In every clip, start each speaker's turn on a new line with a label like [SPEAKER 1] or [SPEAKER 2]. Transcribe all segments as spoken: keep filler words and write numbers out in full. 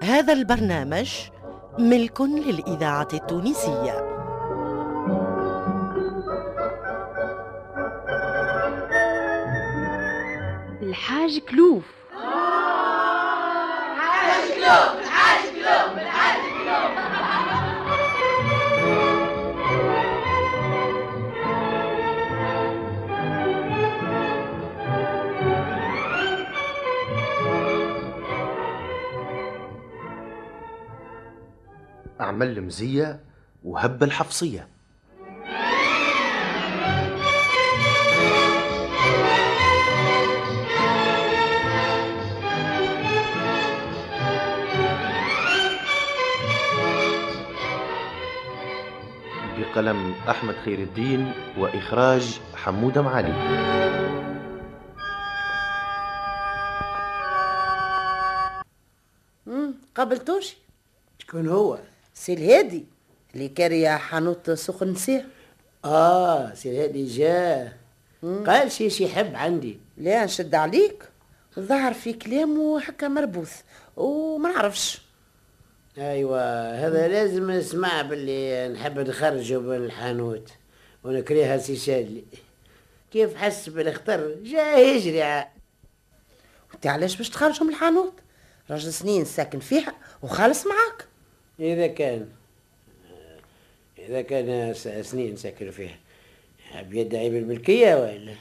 [SPEAKER 1] هذا البرنامج ملك للإذاعة التونسية.
[SPEAKER 2] الحاج كلوف.
[SPEAKER 3] الحاج كلوف الحاج كلوف الحاج كلوف.
[SPEAKER 4] أعمل مزية وهب الحفصية. بقلم أحمد خير الدين وإخراج حمودة معالي.
[SPEAKER 5] امم قابلتوش؟
[SPEAKER 6] شكون هو؟
[SPEAKER 5] سي الهادي اللي كاري حانوت سوق النساء.
[SPEAKER 6] اه سي الهادي جاه قال شي شي يحب عندي.
[SPEAKER 5] لا نشد عليك، ظهر في كلامه هكا مربوث وما نعرفش.
[SPEAKER 6] ايوه هذا لازم نسمع باللي نحب نخرجه من الحانوت ونكريها سي شادلي. كيف حس بالاختر جا يجري.
[SPEAKER 5] انت علاش باش تخرجوا من الحانوت؟ راجل سنين ساكن فيها وخالص معاك.
[SPEAKER 6] اذا كان اذا كان سنين ساكن فيها بيدعي بالملكيه ولا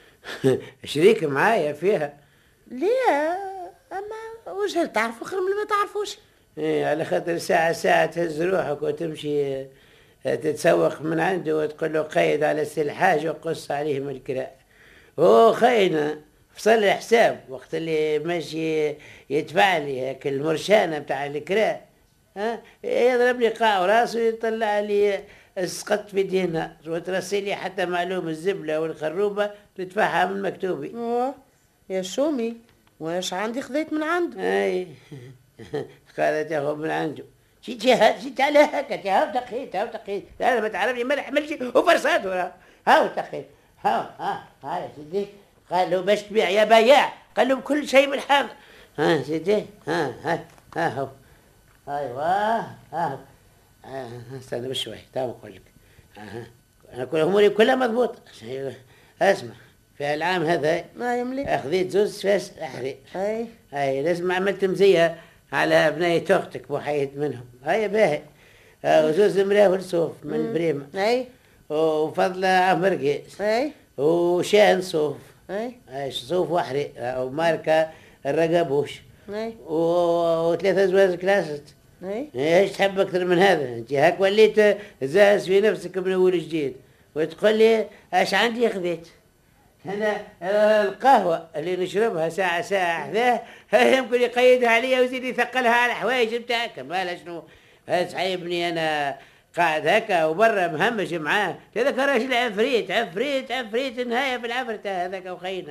[SPEAKER 6] شريك معايا فيها؟
[SPEAKER 5] لا اما وجه تعرفوا خير من ما تعرفوش.
[SPEAKER 6] ايه على خاطر ساعة ساعة تهز روحك وتمشي تتسوق من عنده وتقول له قيد على سي الحاج وقص عليهم الكراء. هو خاينة فصل الحساب وقت اللي ماشي يدفع لي هيك المرشانة بتاع الكراء، ها يضرب لي قاع وراسه ويطلع لي اسقط في دينار وترسل لي حتى معلوم الزبلة والخروبة تدفعها من مكتوبي.
[SPEAKER 5] اوه يا شومي واش عندي خذيت من عنده.
[SPEAKER 6] اي قالت ياخذ من عنده. شي جهاد شي على هكا جهاد دقيت هاو دقيت لا ما تعرفني ما نحملش وفرصات ورا هاو دقيت هاو ها ها سيدي. قال له باش تبيع يا بياع، قال له كل شيء بالحاضر. ها سيدي ها ها ها هو ايوه ها ها استنى بشوي تو نقول لك. ها انا كل اموري كلها مضبوطه. اسمع في العام هذا
[SPEAKER 5] ما يملك
[SPEAKER 6] اخذت زوز فاس احري.
[SPEAKER 5] اي
[SPEAKER 6] اي لازم عملت مزيه على بنية اختك بوحيد منهم. هيا باهي وزوز مراهول صوف من بريمة.
[SPEAKER 5] اي
[SPEAKER 6] وفضلة عمرقيس.
[SPEAKER 5] اي
[SPEAKER 6] وشان صوف.
[SPEAKER 5] اي
[SPEAKER 6] اي صوف وحري وماركة الرقبوش.
[SPEAKER 5] اي
[SPEAKER 6] وثلاثة زواج كلاست.
[SPEAKER 5] اي
[SPEAKER 6] ايش تحب اكثر من هذا؟ انت هاك وليت زاز في نفسك من اول جديد وتقول لي اش عندي خذيت. هنا القهوة اللي نشربها ساعة ساعة حذاه يمكن يقيدها عليا ويزيد يثقلها على الحوايج بتاعك. مالا شنو صعيبني انا قاعد هكا وبرا مهمش معاه. هذاك راجل عفريت عفريت عفريت نهاية في العفرتة هذاك وخينا.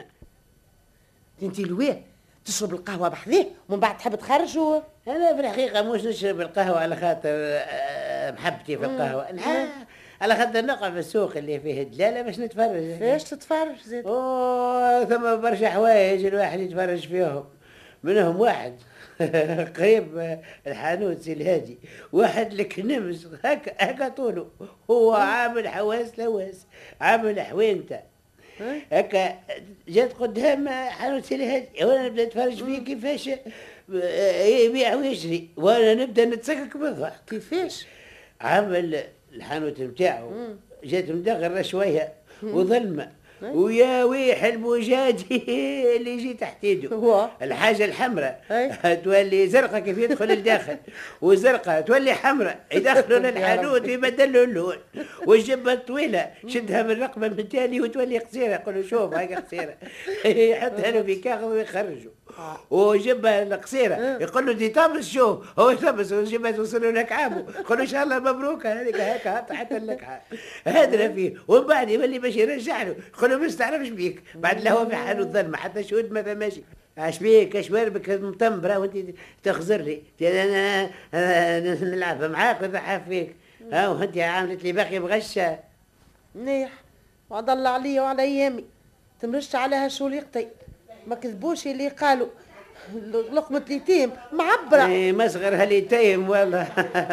[SPEAKER 5] انت الويه تشرب القهوة بحذاه ومن بعد تحب تخرج و...
[SPEAKER 6] انا في الحقيقة مش نشرب القهوة على خاطر محبتي في القهوة. نحن على خاطر نقع في السوق اللي فيه دلالة باش نتفرج.
[SPEAKER 5] فاش تتفرج زيد؟
[SPEAKER 6] اوه ثم برشا حوايج الواحد يتفرج فيهم. منهم واحد قريب الحانوت سي الهادي، واحد الكنمز هكا هكا طوله هو عامل حواس لواس عامل حوينته هكا جات قدام حانوت سي الهادي وانا نبدا نتفرج فيه كيفاش يبيع ويشري وانا نبدا نتسكك بالضحك.
[SPEAKER 5] كيفاش؟
[SPEAKER 6] عامل الحانوت نتاعو جات مدغره شويه وظلمه ويا ويح المجادي اللي يجي تحت يده. الحاجه الحمراء تولي زرقاء كيف يدخل الداخل وزرقاء تولي حمراء يدخلوا للحانوت ويبدلوا اللون. والجبه الطويله شدها من رقبه من تالي وتولي قصيره يقولوا شوف هاي قصيره يحطها له في كاغذ ويخرجوا. وجبه القصيره يقول له دي طمس شوف هو يطمس وجبه توصل لك عامه يقول ان شاء الله مبروك هذيك هكا حتى اللكعه هدر فيه. ومن بعد يولي باش يرجع له يقول له ما تعرفش بيك بعد لا هو في حاله الظلمه حتى شهود ما ماشي. اش بيك اش واربك مطمبره وانت تخزر لي انا, أنا نلعب معاك ونضحك فيك. ها وانت عاملت لي باقي بغشه
[SPEAKER 5] منيح وعد الله عليا وعلى ايامي تمرشت على هالشوليقتي ما كذبوش اللي قالوا لقمة اليتيم معبرة.
[SPEAKER 6] ايه مصغر هاليتيم والله.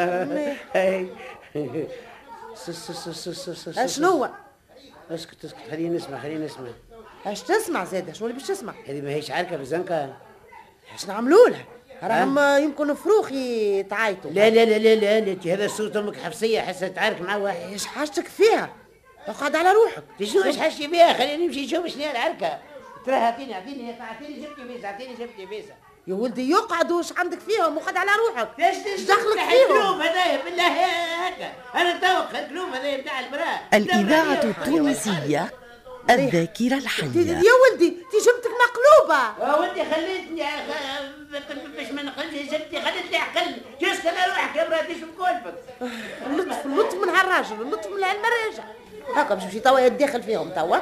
[SPEAKER 5] شنو؟
[SPEAKER 6] اسكت اسكت خليني نسمع خليني نسمع.
[SPEAKER 5] اش تسمع زاده؟ شنو اللي باش تسمع؟
[SPEAKER 6] هذه ما هيش عركة في الزنقة.
[SPEAKER 5] اش نعملوا لها؟ راهم يمكن فروخي تعايطوا.
[SPEAKER 6] لا لا لا لا لا, لا. هذا صوت امك حفصية حاسة تعارك مع واحد.
[SPEAKER 5] ايش حاجتك فيها؟ اقعد على روحك.
[SPEAKER 6] شنو ايش حاجتي فيها؟ خليني نمشي نشوف شنو هي العركة. ترى اعطيني اعطيني اعطيني جبتي فيزا اعطيني جبتي فيزا.
[SPEAKER 5] يا ولدي يقعد واش عندك فيهم وقعد على روحك.
[SPEAKER 6] ايش
[SPEAKER 5] دخلك فيهم؟
[SPEAKER 6] الكلوب هذايا بالله هكا انا توق الكلوب هذايا بتاع المراه.
[SPEAKER 1] الإذاعة التونسية الذاكرة الحية.
[SPEAKER 5] يا ولدي تي جبتك مقلوبة.
[SPEAKER 6] يا ولدي خليتني باش ما نقلش جبتي خليتني عقل جست انا روحك يا مراتي شو بكلفك.
[SPEAKER 5] اللطف اللطف من هالراجل اللطف من هالمراجع. هاكا باش نمشي توا يتداخل فيهم توا.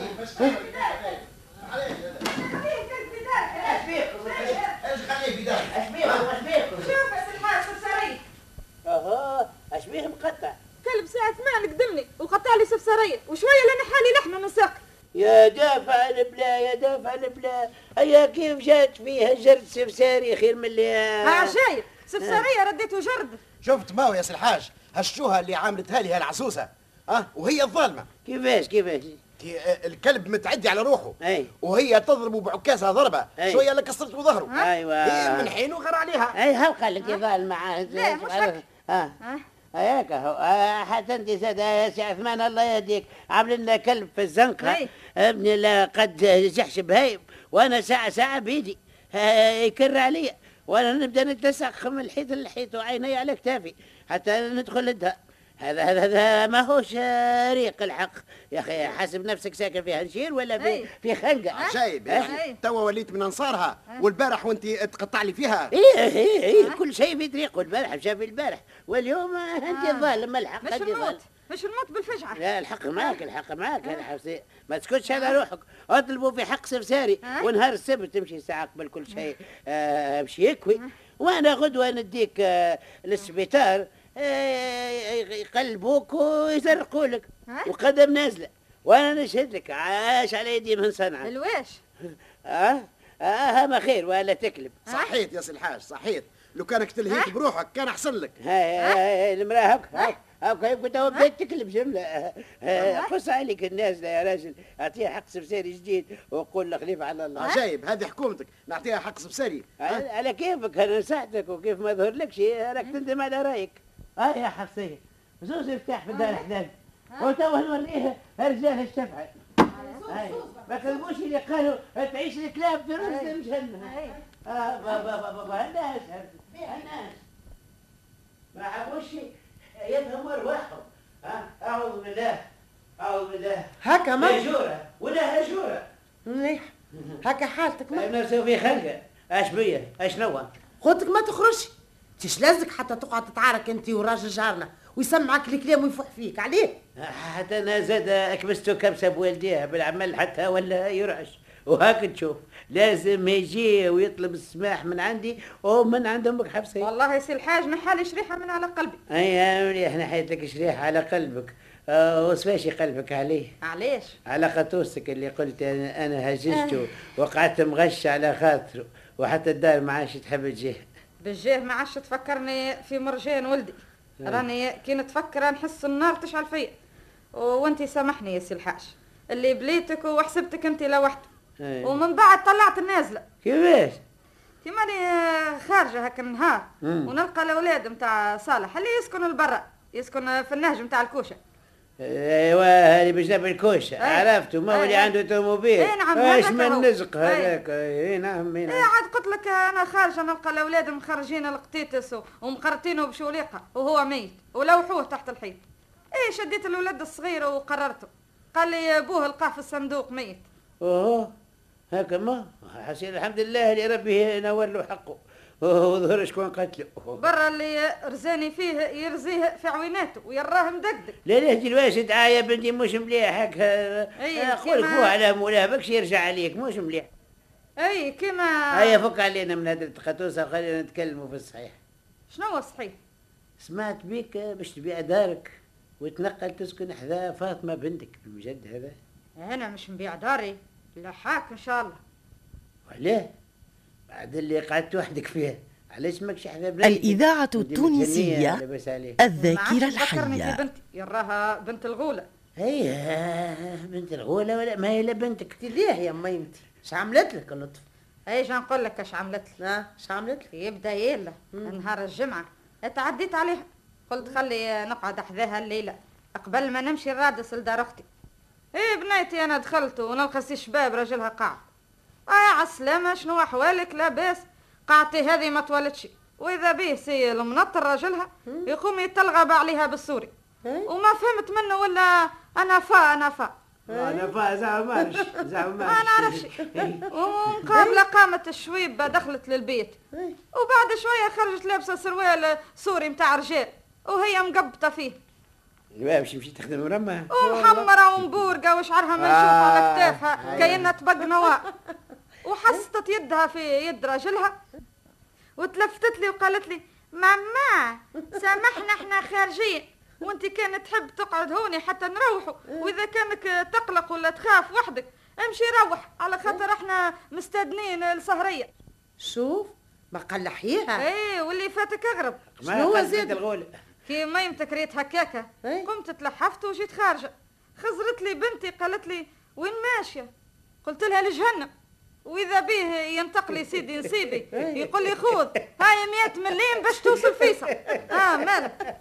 [SPEAKER 6] اها اش بيه مقطع؟
[SPEAKER 2] كلب ساعة ثمان قدمني وقطع لي سفسارية وشوية لنا حالي لحمة نساق.
[SPEAKER 6] يا دافع البلا يا دافع البلا هيا كيف جات فيها جرد سفساري خير من اللي
[SPEAKER 2] ها شايف سفسارية رديته جرد.
[SPEAKER 7] شفت ماو يا سي الحاج هالشوهة اللي عاملتها لي هالعسوسة اه وهي الظالمة.
[SPEAKER 6] كيفاش كيفاش؟
[SPEAKER 7] الكلب متعدي على روحه
[SPEAKER 6] اي
[SPEAKER 7] وهي تضربه بعكازها ضربة
[SPEAKER 6] أي.
[SPEAKER 7] شوية اللي كسرت ظهره.
[SPEAKER 6] ايوه
[SPEAKER 7] هي من حين وغير عليها.
[SPEAKER 6] اي هل قال لك يظل معاه؟
[SPEAKER 2] لا مش هكا.
[SPEAKER 6] اه هياك هو حتى انت زاد يا سي عثمان الله يهديك عامل لنا كلب في الزنقه ابني لا قد جحش بهايم وانا ساعه ساعه بيدي يكر عليا وانا نبدا نتسخ من الحيط للحيط وعيني على كتافي حتى ندخل للدار. هذا هذا هذا ما هوش ريق الحق يا اخي حاسب نفسك ساكن في هالشير ولا في في خنقه.
[SPEAKER 7] عجايب يا اخي توا وليت من انصارها والبارح وانت تقطع لي فيها.
[SPEAKER 6] ايه ايه ايه كل شيء في طريقه البارح شاف البارح واليوم انت الظالم الحق
[SPEAKER 2] مش الموت مش الموت بالفجعه.
[SPEAKER 6] لا الحق معك الحق معك انا حسي ما تسكتش على روحك اطلبوا في حق سفساري ونهار السبت تمشي ساعه قبل كل شيء آه مشي يكوي وانا غدوه نديك آه للسبيطار يقلبوك ويزرقوا لك وقدم نازله وانا نشهد لك عاش على يدي من صنعاء.
[SPEAKER 2] الواش
[SPEAKER 6] اه اه ما خير ولا تكلب.
[SPEAKER 7] صحيت يا سي الحاج صحيت لو كانك تلهيت بروحك كان احسن لك.
[SPEAKER 6] هاي هاي المراه هاك هاك هاك كنت بديت تكلب جمله قص عليك النازله يا راجل اعطيها حق سفساري جديد وقول له خليفه على الله.
[SPEAKER 7] عجايب هذه حكومتك نعطيها حق سفساري.
[SPEAKER 6] على كيفك انا نصحتك وكيف ما ظهر لكش راك تندم على رايك. اه يا حفصيه زوز ارتاح في الدار حداك وتوه نوريه رجال الشفعه. هاي ما كلموش اللي قالوا تعيش الكلاب في رمز الجنه. اه بابا بابا بابا الناس الناس ما عبوش يفهموا ارواحهم. ها اعوذ بالله اعوذ بالله.
[SPEAKER 5] هكا ما
[SPEAKER 6] هجوره ولا هجوره
[SPEAKER 5] مليح هكا حالتك ما
[SPEAKER 6] نفسه في خلقه. اش بيا اش نوى
[SPEAKER 5] قلتك ما تخرجش تيش لازك حتى تقعد تتعارك انت وراجل جارنا ويسمعك الكلام ويفح فيك عليه.
[SPEAKER 6] حتى انا زاد اكبسته كبسه بوالديه بالعمل حتى ولا يرعش وهاك تشوف لازم يجي ويطلب السماح من عندي ومن عند امك حفصه.
[SPEAKER 2] والله يا سي الحاج نحالي شريحه من على قلبي.
[SPEAKER 6] اي مليح نحيت لك شريحه على قلبك. أه وصفاش قلبك عليه؟
[SPEAKER 2] علاش؟
[SPEAKER 6] على خطوسك اللي قلت انا, أنا هججته أه. وقعدت مغش على خاطره وحتى الدار ما عادش تحب تجيه.
[SPEAKER 2] بالجاه ما عادش تفكرني في مرجان ولدي. أه. راني كي نتفكر نحس النار تشعل فيا وانت سامحني يا سي الحاج اللي بليتك وحسبتك انت لوحدك. أه. ومن بعد طلعت النازله.
[SPEAKER 6] كيفاش؟
[SPEAKER 2] كي ماني خارجه هكا النهار ونلقى الاولاد نتاع صالح اللي يسكن البرا يسكن في النهج نتاع الكوشه.
[SPEAKER 6] ايوا هذه بجنب الكوشه عرفته ما هو اللي عنده توموبيل.
[SPEAKER 2] اي نعم
[SPEAKER 6] ايش من نزق هذاك. اي نعم اي
[SPEAKER 2] نعم. عاد قلت لك انا خارجه نلقى الاولاد مخرجين القطيتس ومقرطينه بشوليقه وهو ميت ولوحوه تحت الحيط. اي شديت الولد الصغير وقررته قال لي ابوه لقاه في الصندوق ميت.
[SPEAKER 6] اوه هكا ما حسين الحمد لله اللي ربي نور له حقه وظهر شكون قتله.
[SPEAKER 2] برا اللي رزاني فيه يرزيه في عويناته ويراه مدقدق.
[SPEAKER 6] لا لا الواسد عايا بنتي مش مليح هكا قولك هو على مولاه بكش يرجع عليك مش مليح.
[SPEAKER 2] اي كيما
[SPEAKER 6] هيا فك علينا من هذه الخطوسه وخلينا نتكلموا في الصحيح.
[SPEAKER 2] شنو هو الصحيح؟
[SPEAKER 6] سمعت بيك باش تبيع دارك وتنقل تسكن حذا فاطمه بنتك بالمجد هذا.
[SPEAKER 2] انا مش نبيع داري لا حاك ان شاء الله.
[SPEAKER 6] وعلاه؟ بعد اللي قعدت وحدك فيها علاش ماكش حدا بنيتي؟
[SPEAKER 1] الإذاعة التونسية الذاكرة
[SPEAKER 2] فكرني في
[SPEAKER 1] الحية.
[SPEAKER 2] بنتي يراها بنت الغولة.
[SPEAKER 6] هي بنت الغولة ولا ما هي لا بنتك؟
[SPEAKER 5] ليه يا ميمتي اش عملت لك اللطف؟
[SPEAKER 2] ايش نقول لك اش عملت لي؟
[SPEAKER 5] اه اش عملت لك؟
[SPEAKER 2] يبدا يلا نهار الجمعة اتعديت عليها، قلت خلي نقعد حذاها الليلة قبل ما نمشي الرادس لدار اختي. ايه بنيتي انا دخلت ونلقى سي شباب راجلها قاعد. اه عالسلامة شنو احوالك؟ لاباس؟ قاعتي هذه ما تولدش، واذا بيه سي المنطر راجلها يقوم يتلغب عليها بالسوري وما فهمت منه ولا انا فا انا فا
[SPEAKER 6] انا فا زعما مارش زعما مارش
[SPEAKER 2] ما نعرفش. ومقابله قامت الشويبه دخلت للبيت وبعد شويه خرجت لابسه سروال سوري متاع رجال وهي مقبطه فيه
[SPEAKER 6] لا باش مشيت تخدم مرمى
[SPEAKER 2] ومحمره ومبورقه وشعرها منشوف على كتافها كأنها تبق نواة وحسطت يدها في يد راجلها وتلفتت لي وقالت لي ماما سامحنا احنا خارجين وانت كان تحب تقعد هوني حتى نروحوا، واذا كانك تقلق ولا تخاف وحدك امشي روح على خاطر احنا مستدنين السهريه.
[SPEAKER 5] شوف ما قلحيها.
[SPEAKER 2] ايه واللي فاتك اغرب.
[SPEAKER 5] شنو زاد
[SPEAKER 6] الغولة
[SPEAKER 2] كي ما يمتكريت هكاكه قمت تلحفت وجيت خارجه، خزرت لي بنتي قالت لي وين ماشيه؟ قلت لها لجهنم، واذا به ينتقلي سيدي نسيبي يقول لي خذ هاي مئة مليم باش توصل فيصل. اه مالك؟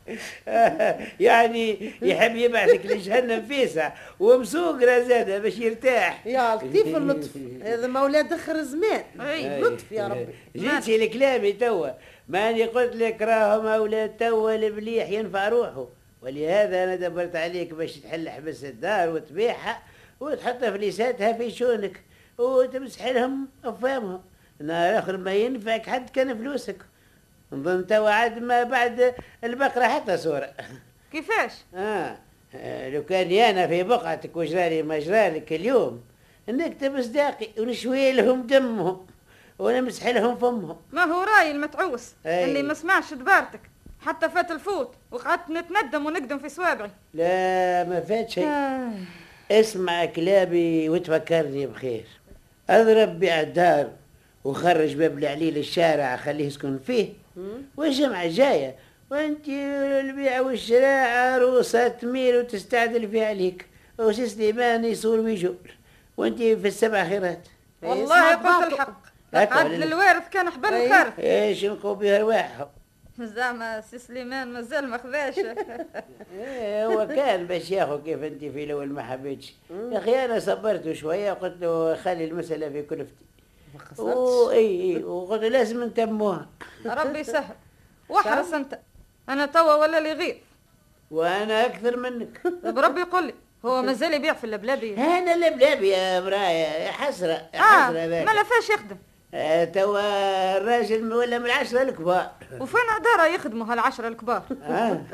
[SPEAKER 6] يعني يحب يبعثك لجهنم فيسع ومسوق زاده باش يرتاح.
[SPEAKER 5] يا لطيف اللطف هذا مولاد اخر زمان.
[SPEAKER 2] اي
[SPEAKER 5] لطف يا ربي.
[SPEAKER 6] جيتي لكلامي توا، ماني قلت لك راهم اولاد توا المليح ينفع روحه، ولهذا انا دبرت عليك باش تحل حبس الدار وتبيعها وتحط فليساتها في شونك وتمسح لهم افهمهم. نهار اخر ما ينفعك حد كان فلوسك. نظن توا عاد ما بعد البقره حتى صوره.
[SPEAKER 2] كيفاش؟
[SPEAKER 6] آه. اه لو كان انا في بقعتك وجرالي ما جرالك اليوم نكتب صداقي ونشوي لهم دمهم ونمسح لهم فمهم.
[SPEAKER 2] ما هو راي المتعوس
[SPEAKER 6] أي.
[SPEAKER 2] اللي ما سمعش دبارتك حتى فات الفوت وقعدت نتندم ونقدم في صوابعي.
[SPEAKER 6] لا ما فات شيء.
[SPEAKER 2] آه.
[SPEAKER 6] اسمع كلابي وتفكرني بخير. اضرب بيع الدار وخرج باب العليل الشارع خليه يسكن فيه، والجمعة جاية وانت البيع والشراء عروسة تميل وتستعدل في عليك وسي سليمان يصور ويجول وانت في السبع خيرات.
[SPEAKER 2] والله قلت الحق عدل الوارث كان حبل الخارف.
[SPEAKER 6] ايش نقوا بها رواحهم.
[SPEAKER 2] زعما سي سليمان مازال ما خذاش.
[SPEAKER 6] ايه هو كان باش ياخذ كيف انت في الاول ما حبيتش. يا اخي انا صبرته شويه وقلت له خلي المساله في كلفتي. او اي اي وقلت له لازم نتموها.
[SPEAKER 2] ربي يسهل واحرص انت، انا توا ولا لي غير
[SPEAKER 6] وانا اكثر منك.
[SPEAKER 2] بربي يقول لي هو مازال يبيع في اللبلابي.
[SPEAKER 6] انا اللبلابي يا برايا حسره
[SPEAKER 2] اه
[SPEAKER 6] حسره ذاك.
[SPEAKER 2] ما لفاش يخدم.
[SPEAKER 6] آه توا الراجل ولا من العشره الكبار.
[SPEAKER 2] وفين دارة يخدموا هالعشرة الكبار؟
[SPEAKER 6] آه.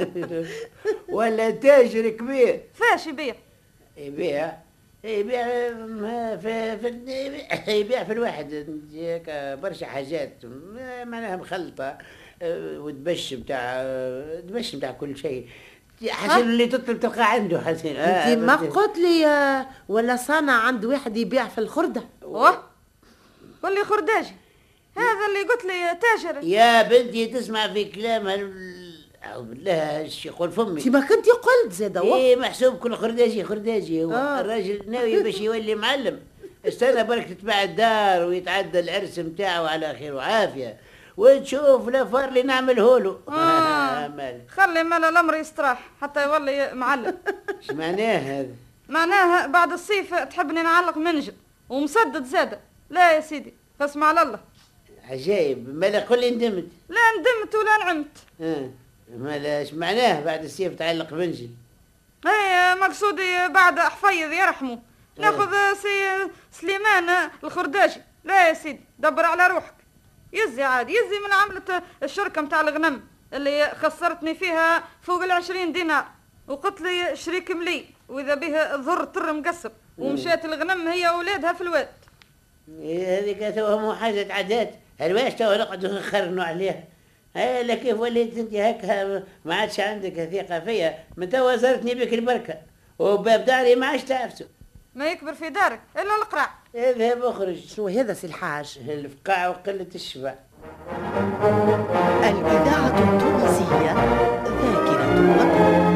[SPEAKER 6] ولا تاجر كبير.
[SPEAKER 2] فاش يبيع؟
[SPEAKER 6] يبيع يبيع في في يبيع في الواحد برشا حاجات معناها مخلطه وتبش بتاع تبش بتاع كل شيء حسن اللي تطلب تلقى عنده حسن.
[SPEAKER 5] انت ما قلت لي ولا صانع عند واحد يبيع في الخرده؟
[SPEAKER 2] اوه قول لي خرداجي هذا اللي قلت لي تاجر.
[SPEAKER 6] يا بنتي تسمع في كلامها أعوذ بالله ايش يقول فمي.
[SPEAKER 5] انت ما كنتي قلت زاد هو
[SPEAKER 6] ايه محسوب كل خرداجي خرداجي هو. آه. الراجل ناوي باش يولي معلم. استنى برك تتباع الدار ويتعدى العرس نتاعو على خير وعافيه وتشوف الافار اللي نعمله له.
[SPEAKER 2] آه. خلي مال الامر يستراح حتى يولي معلم.
[SPEAKER 6] ايش معناه هذا؟
[SPEAKER 2] معناها بعد الصيف تحبني نعلق منجل ومسدد زاده. لا يا سيدي فاسمع على الله.
[SPEAKER 6] عجايب مالا قل لي ندمت.
[SPEAKER 2] لا ندمت ولا نعمت.
[SPEAKER 6] اه مالا ايش معناه بعد الصيف تعلق منجل؟
[SPEAKER 2] اي مقصودي بعد حفيظ يرحمه ناخذ سي سليمان الخرداجي. لا يا سيدي دبر على روحك. يزي عادي يزي من عملة الشركة متاع الغنم اللي خسرتني فيها فوق العشرين دينار وقلت لي شريك ملي واذا به ظهر طر مقسم ومشات الغنم هي واولادها في الواد.
[SPEAKER 6] هذيك توا مو حاجة عادات هلواش توا نقعدوا نخرنوا عليها. هاي لا كيف وليت انت هكا ما عادش عندك ثقة فيا من توا زرتني بك البركة وباب داري ما عادش تعرفوا.
[SPEAKER 2] ما يكبر في دارك الا القرع.
[SPEAKER 6] اذهب اخرج.
[SPEAKER 5] شنو هذا سي الحاج؟
[SPEAKER 6] الفقاع وقلة الشبع.
[SPEAKER 1] الإذاعة التونسية ذاكرة الوطن.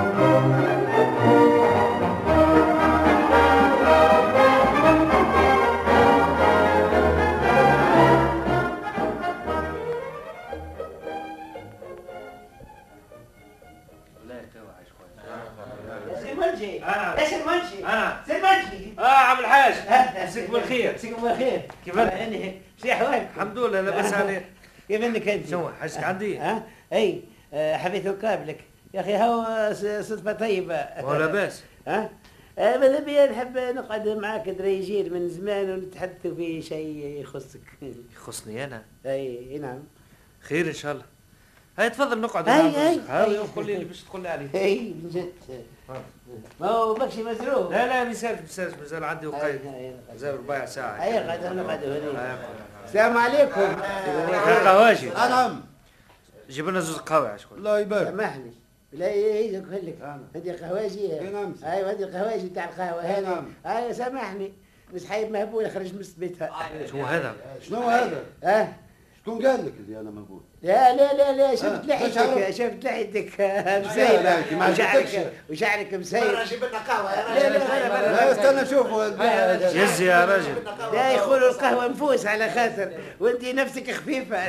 [SPEAKER 6] ايش المنشي؟
[SPEAKER 8] انا
[SPEAKER 6] سي المنشي.
[SPEAKER 8] اه عم الحاج مسيك بالخير.
[SPEAKER 6] مسيك بالخير.
[SPEAKER 8] كيف انت؟
[SPEAKER 6] شو احوالك؟
[SPEAKER 8] الحمد لله لاباس عليك.
[SPEAKER 6] كيف انك انت؟
[SPEAKER 8] شنو حاجتك عندي؟
[SPEAKER 6] ها؟ اي آه، حبيت نقابلك يا اخي هو صدفة طيبة.
[SPEAKER 8] هو لاباس.
[SPEAKER 6] ها؟ آه، ماذا بيا نحب نقعد معاك دريجير من زمان ونتحدثوا في شيء يخصك.
[SPEAKER 8] يخصني انا؟
[SPEAKER 6] اي نعم.
[SPEAKER 8] خير ان شاء الله. هاي تفضل نقعد.
[SPEAKER 6] هاي هاي
[SPEAKER 8] هاي قول لي باش تقول لي عليه.
[SPEAKER 6] اي من جد. ما هو بكشي مزروع.
[SPEAKER 8] لا لا مازال مازال مازال عندي وقايد. مازال ربع ساعة.
[SPEAKER 6] هيا قاعد نقعدوا هنا. السلام عليكم.
[SPEAKER 8] قهواجي.
[SPEAKER 7] نعم.
[SPEAKER 8] جيب لنا زوز قهوة شكون.
[SPEAKER 7] الله يبارك.
[SPEAKER 6] سامحني. لا هي نقول لك هذه قهواجي.
[SPEAKER 7] نعم.
[SPEAKER 6] ايوه هذه القهواجي تاع القهوة هذه.
[SPEAKER 7] نعم.
[SPEAKER 6] ايوه سامحني. مش حايب مهبول خرج من بيتها.
[SPEAKER 8] شنو هذا؟
[SPEAKER 7] شنو هذا؟
[SPEAKER 6] اه
[SPEAKER 7] شكون قال لك اللي انا مهبول؟
[SPEAKER 6] لا لا لا لا شفت
[SPEAKER 7] آه،
[SPEAKER 6] لحيتك شفت لحيتك مسيبة وشعرك وشعرك مسيب.
[SPEAKER 7] جيب لنا قهوه يا
[SPEAKER 6] لا لا
[SPEAKER 7] لا استنى نشوفوا.
[SPEAKER 8] يزي يا راجل.
[SPEAKER 6] لا يقولوا القهوة نفوس على خاطر وانت نفسك خفيفة.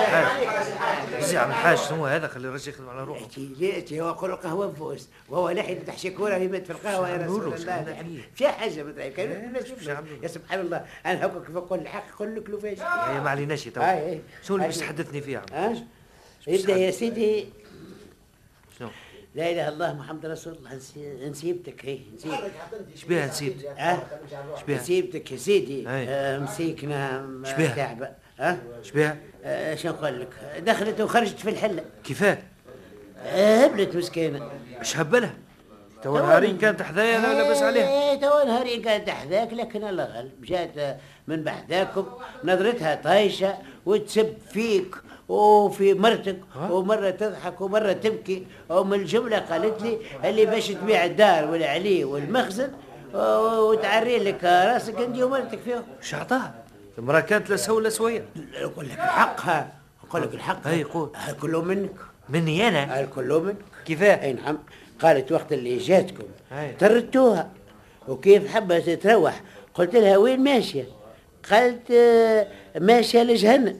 [SPEAKER 8] يزي عم الحاج شنو هذا؟ خلي الراجل يخدم على روحه.
[SPEAKER 6] ليتي هو يقولوا القهوة نفوس وهو لحية تحشي كورة يمد في القهوة يا رسول الله. شي حاجة ما تعرف يا سبحان الله. انا هكا كيف نقول الحق نقول لك لوفاش.
[SPEAKER 8] هي ما عليناش تو. شنو اللي باش تحدثني فيه يا عم؟
[SPEAKER 6] يبدا يا سيدي.
[SPEAKER 8] شنو؟
[SPEAKER 6] لا اله الا الله محمد رسول الله. نسيبتك هي نسيبتك.
[SPEAKER 8] شبيها نسيت؟
[SPEAKER 6] اه
[SPEAKER 8] شبيها؟
[SPEAKER 6] نسيبتك يا سيدي.
[SPEAKER 8] أي.
[SPEAKER 6] آه مسيكنا
[SPEAKER 8] شبيها؟
[SPEAKER 6] تعبة. اه
[SPEAKER 8] شبيها؟
[SPEAKER 6] آه شو نقول لك؟ دخلت وخرجت في الحلة.
[SPEAKER 8] كيفاه؟
[SPEAKER 6] آه هبلت مسكينة.
[SPEAKER 8] اش هبلها؟ تو نهارين كانت حذايا انا لاباس عليها.
[SPEAKER 6] ايه تو نهارين كانت حذاك لكن الله غالب جات من بعداكم نظرتها طايشة وتسب فيك وفي مرتك ومرة تضحك ومرة تبكي ومن الجملة قالت لي اللي باش تبيع الدار والعلي والمخزن وتعري لك راسك انت ومرتك فيهم.
[SPEAKER 8] اش عطاها؟ المرأة كانت لا سوى لا سوية.
[SPEAKER 6] نقول لك الحق نقول لك الحق.
[SPEAKER 8] اي قول.
[SPEAKER 6] كله منك.
[SPEAKER 8] مني انا؟
[SPEAKER 6] الكل منك.
[SPEAKER 8] كيفاه؟
[SPEAKER 6] اي نعم. قالت وقت اللي جاتكم
[SPEAKER 8] أي.
[SPEAKER 6] طردتوها وكيف حبت تروح قلت لها وين ماشية؟ قالت آه ماشية لجهنم.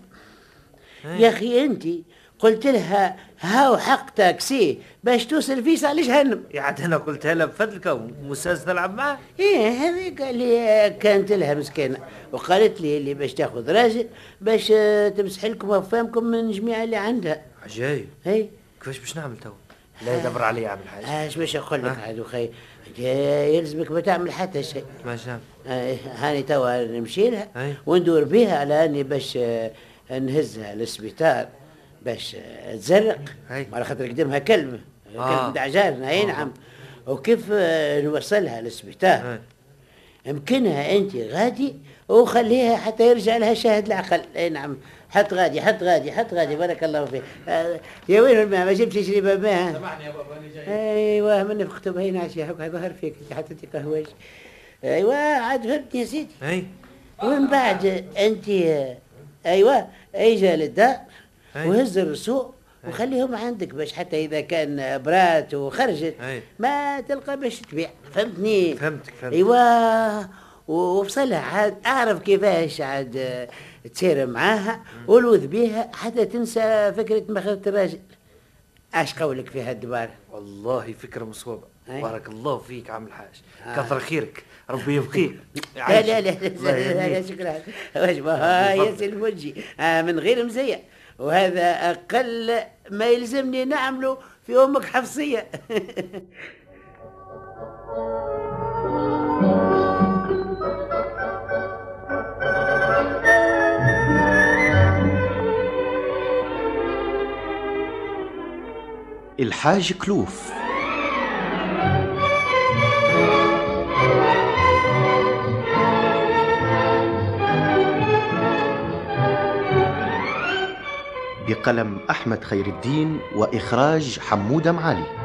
[SPEAKER 6] يا أخي أنت قلت لها هاو حق تاكسي باش توصل فيس على جهنم.
[SPEAKER 8] يا عاد أنا قلتها لها بفضلك ومستاذ تلعب معاه.
[SPEAKER 6] إيه هذيك اللي كانت لها مسكينة وقالت لي اللي باش تاخذ راجل باش تمسح لكم أفهامكم من جميع اللي عندها.
[SPEAKER 8] عجايب.
[SPEAKER 6] هي
[SPEAKER 8] كيفاش باش نعمل تو؟ لا يدبر علي يا عم الحاج.
[SPEAKER 6] اش باش نقول لك عاد خي يلزمك ما تعمل حتى شيء.
[SPEAKER 8] ماشي نعمل.
[SPEAKER 6] آه هاني توا نمشي لها
[SPEAKER 8] أي.
[SPEAKER 6] وندور بها على اني باش آه نهزها للسبيطار باش آه تزرق على خاطر قدامها كلب
[SPEAKER 8] آه.
[SPEAKER 6] كلب بتاع جارنا. اي نعم. وكيف آه نوصلها للسبيطار يمكنها انت غادي وخليها حتى يرجع لها شاهد العقل. اي نعم. حط غادي حط غادي حط غادي بارك الله فيك. آه يا وين الماء ما جبتش شريبه ماء؟
[SPEAKER 7] سامحني يا بابا انا جاي.
[SPEAKER 6] ايوه من فقتهم هي ناشيه هكا ظهر فيك انت حتى انت قهوج. ايوه عاد فهمتني يا سيدي.
[SPEAKER 8] اي
[SPEAKER 6] ومن بعد انت ايوه اجا للدار وهز الرسوق وخليهم عندك باش حتى اذا كان برات وخرجت
[SPEAKER 8] أي.
[SPEAKER 6] ما تلقى باش تبيع. فهمتني؟
[SPEAKER 8] فهمتك فهمتك.
[SPEAKER 6] ايوه وبصلها عاد اعرف كيفاش عاد تسير معاها ولوذ بيها حتى تنسى فكرة مخرة الراجل. اش قولك في هالدبار؟
[SPEAKER 8] والله فكرة مصوبة.
[SPEAKER 6] أي.
[SPEAKER 8] بارك الله فيك عم الحاج. آه. كثر خيرك ربي يبقيك.
[SPEAKER 6] لا لا لا, لا, لا شكرا. وجبه يا سي المنجي آه من غير مزية وهذا اقل ما يلزمني نعمله في امك حفصية.
[SPEAKER 4] الحاج كلوف. بقلم أحمد خير الدين وإخراج حمودة معالي.